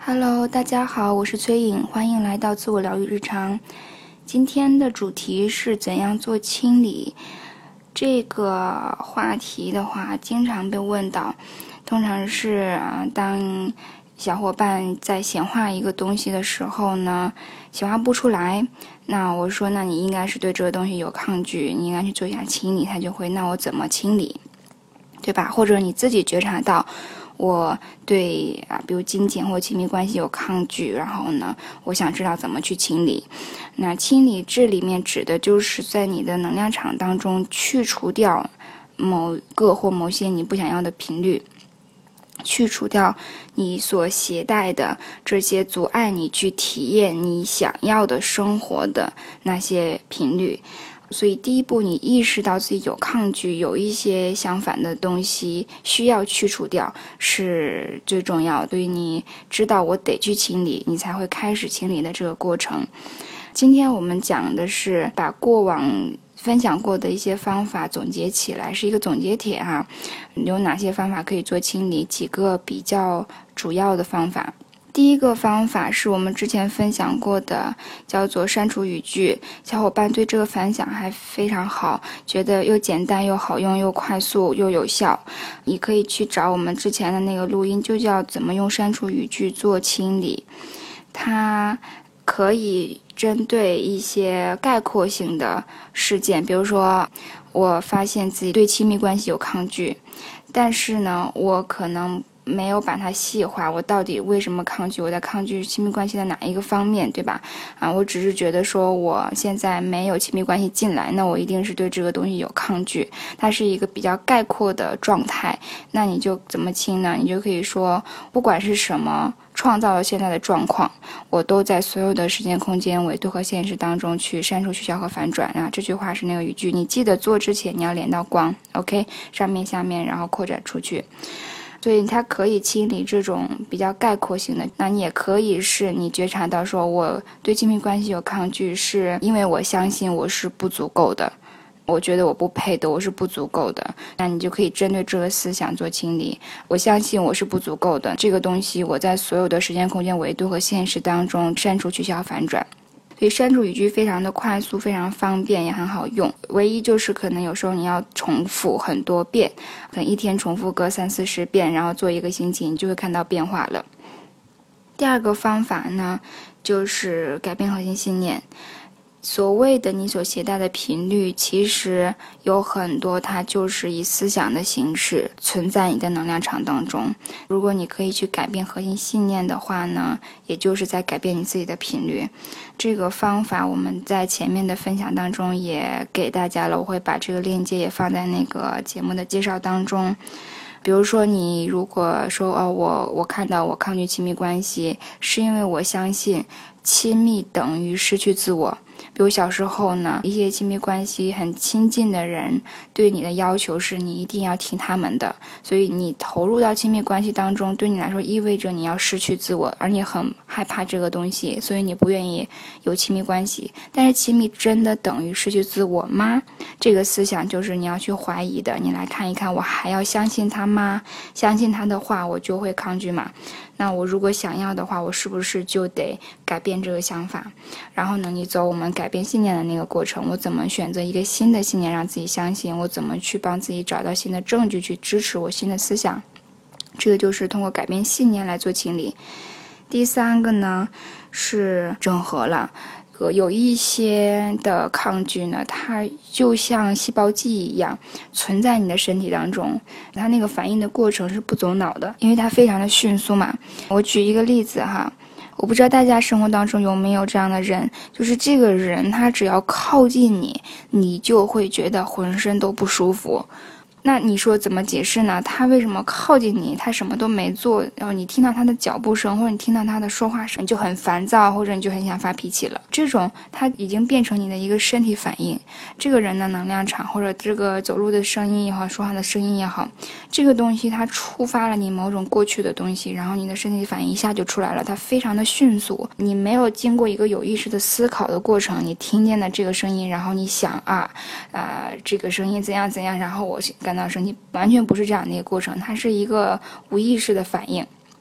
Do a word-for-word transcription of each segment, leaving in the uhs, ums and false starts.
Hello，大家好，我是崔颖，欢迎来到自我疗愈日常。今天的主题是怎样做清理。这个话题的话，经常被问到，通常是啊，当小伙伴在显化一个东西的时候呢，显化不出来，那我说，那你应该是对这个东西有抗拒，你应该去做一下清理。他就会，那我怎么清理，对吧？或者你自己觉察到。我对啊，比如金钱或亲密关系有抗拒，然后呢，我想知道怎么去清理。那清理这里面指的就是在你的能量场当中去除掉某个或某些你不想要的频率，去除掉你所携带的这些阻碍你去体验你想要的生活的那些频率。所以第一步，你意识到自己有抗拒，有一些相反的东西需要去除掉，是最重要的。所以你知道我得去清理，你才会开始清理的这个过程。今天我们讲的是把过往分享过的一些方法总结起来，是一个总结帖哈。有哪些方法可以做清理？几个比较主要的方法。第一个方法是我们之前分享过的，叫做删除语句。小伙伴对这个反响还非常好，觉得又简单又好用，又快速又有效。你可以去找我们之前的那个录音，就叫怎么用删除语句做清理。它可以针对一些概括性的事件，比如说我发现自己对亲密关系有抗拒，但是呢，我可能没有把它细化，我到底为什么抗拒？我在抗拒亲密关系的哪一个方面，对吧？啊，我只是觉得说我现在没有亲密关系进来，那我一定是对这个东西有抗拒。它是一个比较概括的状态，那你就怎么清呢？你就可以说，不管是什么创造了现在的状况，我都在所有的时间、空间、维度和现实当中去删除、取消和反转啊。这句话是那个语句，你记得做之前你要连到光 ，OK， 上面、下面，然后扩展出去。所以它可以清理这种比较概括性的，那你也可以是你觉察到说我对亲密关系有抗拒，是因为我相信我是不足够的，我觉得我不配的，我是不足够的，那你就可以针对这个思想做清理。我相信我是不足够的，这个东西我在所有的时间、空间、维度和现实当中删除、取消、反转。所以删除语句非常的快速，非常方便，也很好用。唯一就是可能有时候你要重复很多遍，可能一天重复个三四十遍，然后做一个星期，你就会看到变化了。第二个方法呢，就是改变核心信念。所谓的你所携带的频率，其实有很多它就是以思想的形式存在你的能量场当中。如果你可以去改变核心信念的话呢，也就是在改变你自己的频率。这个方法我们在前面的分享当中也给大家了，我会把这个链接也放在那个节目的介绍当中。比如说你如果说哦，我我看到我抗拒亲密关系，是因为我相信亲密等于失去自我。比如小时候呢，一些亲密关系很亲近的人对你的要求是你一定要听他们的，所以你投入到亲密关系当中，对你来说意味着你要失去自我，而你很害怕这个东西，所以你不愿意有亲密关系。但是亲密真的等于失去自我吗？这个思想就是你要去怀疑的。你来看一看，我还要相信他吗？相信他的话我就会抗拒嘛？那我如果想要的话，我是不是就得改变这个想法？然后呢，你走我们改变信念的那个过程，我怎么选择一个新的信念让自己相信？我怎么去帮自己找到新的证据去支持我新的思想？这个就是通过改变信念来做清理。第三个呢是整合了。有一些的抗拒呢，它就像细胞记忆一样存在你的身体当中，它那个反应的过程是不走脑的，因为它非常的迅速嘛。我举一个例子哈，我不知道大家生活当中有没有这样的人，就是这个人他只要靠近你，你就会觉得浑身都不舒服。那你说怎么解释呢？他为什么靠近你，他什么都没做，然后你听到他的脚步声或者你听到他的说话声，你就很烦躁，或者你就很想发脾气了。这种他已经变成你的一个身体反应。这个人的能量场或者这个走路的声音也好，说话的声音也好，这个东西它触发了你某种过去的东西，然后你的身体反应一下就出来了，它非常的迅速，你没有经过一个有意识的思考的过程，你听见的这个声音，然后你想啊啊、呃、这个声音怎样怎样，然后我感到生气，完全不是这样的一个过程，它是一个无意识的反应。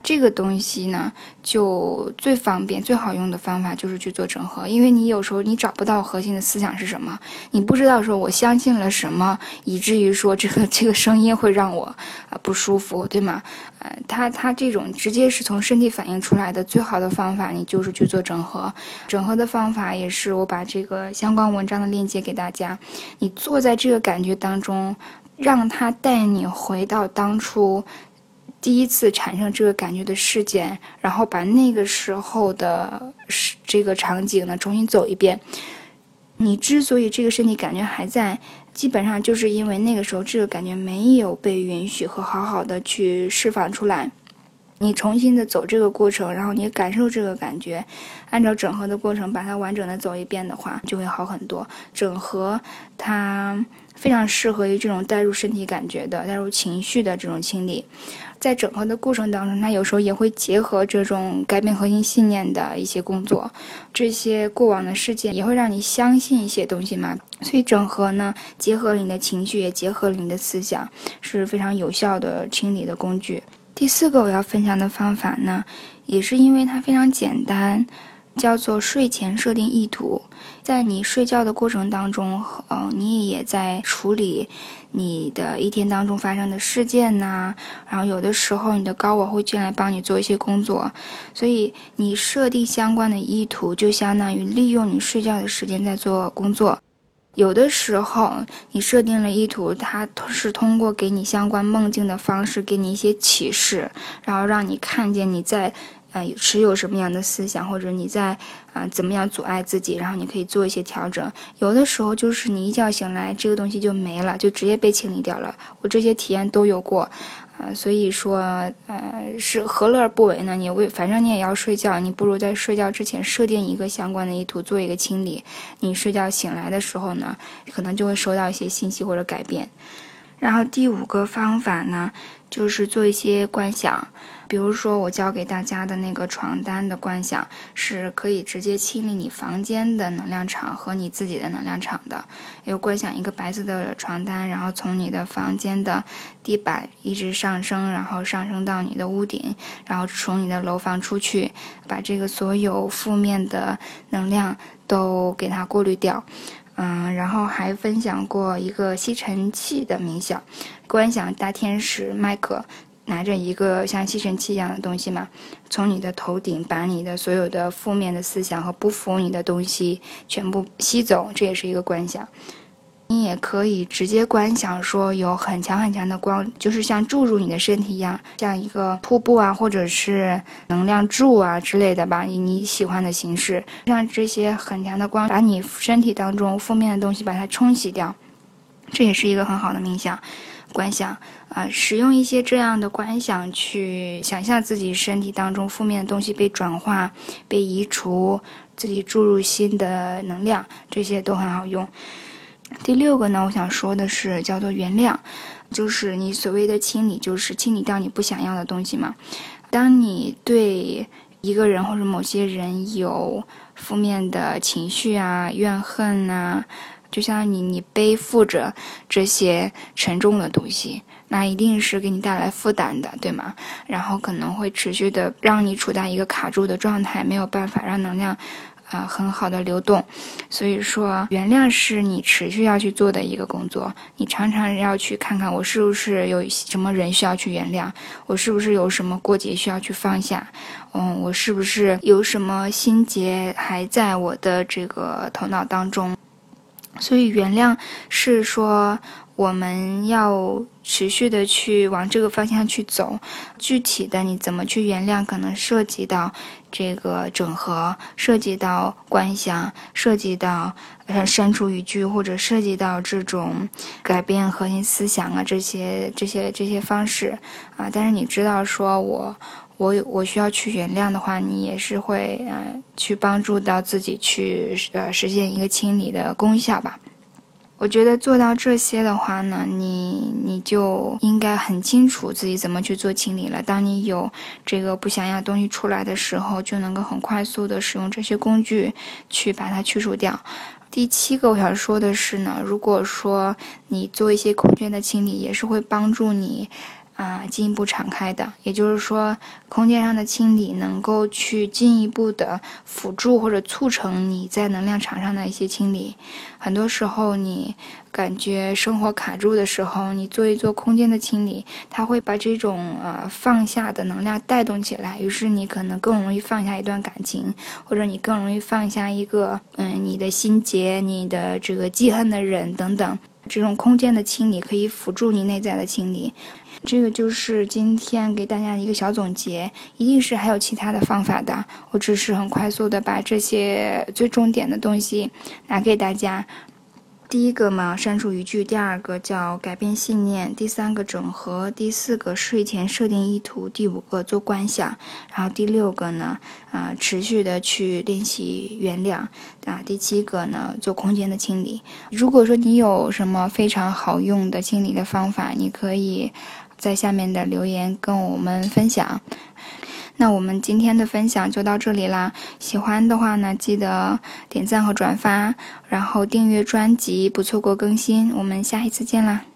这个东西呢，就最方便、最好用的方法就是去做整合，因为你有时候你找不到核心的思想是什么，你不知道说我相信了什么，以至于说这个这个声音会让我啊、呃、不舒服，对吗？呃，它它这种直接是从身体反映出来的最好的方法，你就是去做整合。整合的方法也是我把这个相关文章的链接给大家，你坐在这个感觉当中，让它带你回到当初第一次产生这个感觉的事件，然后把那个时候的这个场景呢重新走一遍。你之所以这个身体感觉还在，基本上就是因为那个时候这个感觉没有被允许和好好的去释放出来。你重新的走这个过程，然后你感受这个感觉，按照整合的过程把它完整的走一遍的话，就会好很多。整合它非常适合于这种带入身体感觉的、带入情绪的这种清理。在整合的过程当中，它有时候也会结合这种改变核心信念的一些工作，这些过往的事件也会让你相信一些东西嘛。所以整合呢，结合了你的情绪，也结合了你的思想，是非常有效的清理的工具。第四个我要分享的方法呢，也是因为它非常简单，叫做睡前设定意图。在你睡觉的过程当中，呃，你也在处理你的一天当中发生的事件呐、啊，然后有的时候你的高我会进来帮你做一些工作，所以你设定相关的意图，就相当于利用你睡觉的时间在做工作。有的时候你设定了意图，它是通过给你相关梦境的方式给你一些启示，然后让你看见你在呃持有什么样的思想，或者你在啊、呃、怎么样阻碍自己，然后你可以做一些调整。有的时候就是你一觉醒来这个东西就没了，就直接被清理掉了，我这些体验都有过。呃，所以说，呃，是何乐而不为呢？你为反正你也要睡觉，你不如在睡觉之前设定一个相关的意图，做一个清理。你睡觉醒来的时候呢，可能就会收到一些信息或者改变。然后第五个方法呢，就是做一些观想，比如说我教给大家的那个床单的观想，是可以直接清理你房间的能量场和你自己的能量场的。有观想一个白色的床单，然后从你的房间的地板一直上升，然后上升到你的屋顶，然后从你的楼房出去，把这个所有负面的能量都给它过滤掉。嗯，然后还分享过一个吸尘器的冥想，观想大天使麦克拿着一个像吸尘器一样的东西嘛，从你的头顶把你的所有的负面的思想和不服你的东西全部吸走，这也是一个观想。你也可以直接观想说有很强很强的光，就是像注入你的身体一样，像一个瀑布啊，或者是能量柱啊之类的吧，以你喜欢的形式，让这些很强的光把你身体当中负面的东西把它冲洗掉，这也是一个很好的冥想观想啊、呃，使用一些这样的观想去想象自己身体当中负面的东西被转化、被移除，自己注入新的能量，这些都很好用。第六个呢，我想说的是叫做原谅，就是你所谓的清理，就是清理掉你不想要的东西嘛。当你对一个人或者某些人有负面的情绪啊、怨恨啊，就像你你背负着这些沉重的东西，那一定是给你带来负担的，对吗？然后可能会持续的让你处在一个卡住的状态，没有办法让能量啊、呃，很好的流动。所以说原谅是你持续要去做的一个工作，你常常要去看看我是不是有什么人需要去原谅，我是不是有什么过节需要去放下，嗯，我是不是有什么心结还在我的这个头脑当中。所以原谅是说我们要持续的去往这个方向去走，具体的你怎么去原谅，可能涉及到这个整合，涉及到观想，涉及到呃删除语句，或者涉及到这种改变核心思想啊，这些这些这些方式啊。但是你知道说我我我需要去原谅的话，你也是会呃去帮助到自己去呃实现一个清理的功效吧。我觉得做到这些的话呢，你你就应该很清楚自己怎么去做清理了。当你有这个不想要的东西出来的时候，就能够很快速的使用这些工具去把它去除掉。第七个我想说的是呢，如果说你做一些空间的清理，也是会帮助你啊进一步敞开的，也就是说空间上的清理能够去进一步的辅助或者促成你在能量场上的一些清理。很多时候你感觉生活卡住的时候，你做一做空间的清理，它会把这种呃放下的能量带动起来，于是你可能更容易放下一段感情，或者你更容易放下一个嗯你的心结，你的这个记恨的人等等。这种空间的清理可以辅助你内在的清理。这个就是今天给大家的一个小总结，一定是还有其他的方法的，我只是很快速的把这些最重点的东西拿给大家。第一个嘛，删除语句；第二个叫改变信念；第三个整合；第四个睡前设定意图；第五个做观想；然后第六个呢，啊、呃，持续的去练习原谅啊；第七个呢，做空间的清理。如果说你有什么非常好用的清理的方法，你可以在下面的留言跟我们分享。那我们今天的分享就到这里啦，喜欢的话呢，记得点赞和转发，然后订阅专辑，不错过更新。我们下一次见啦。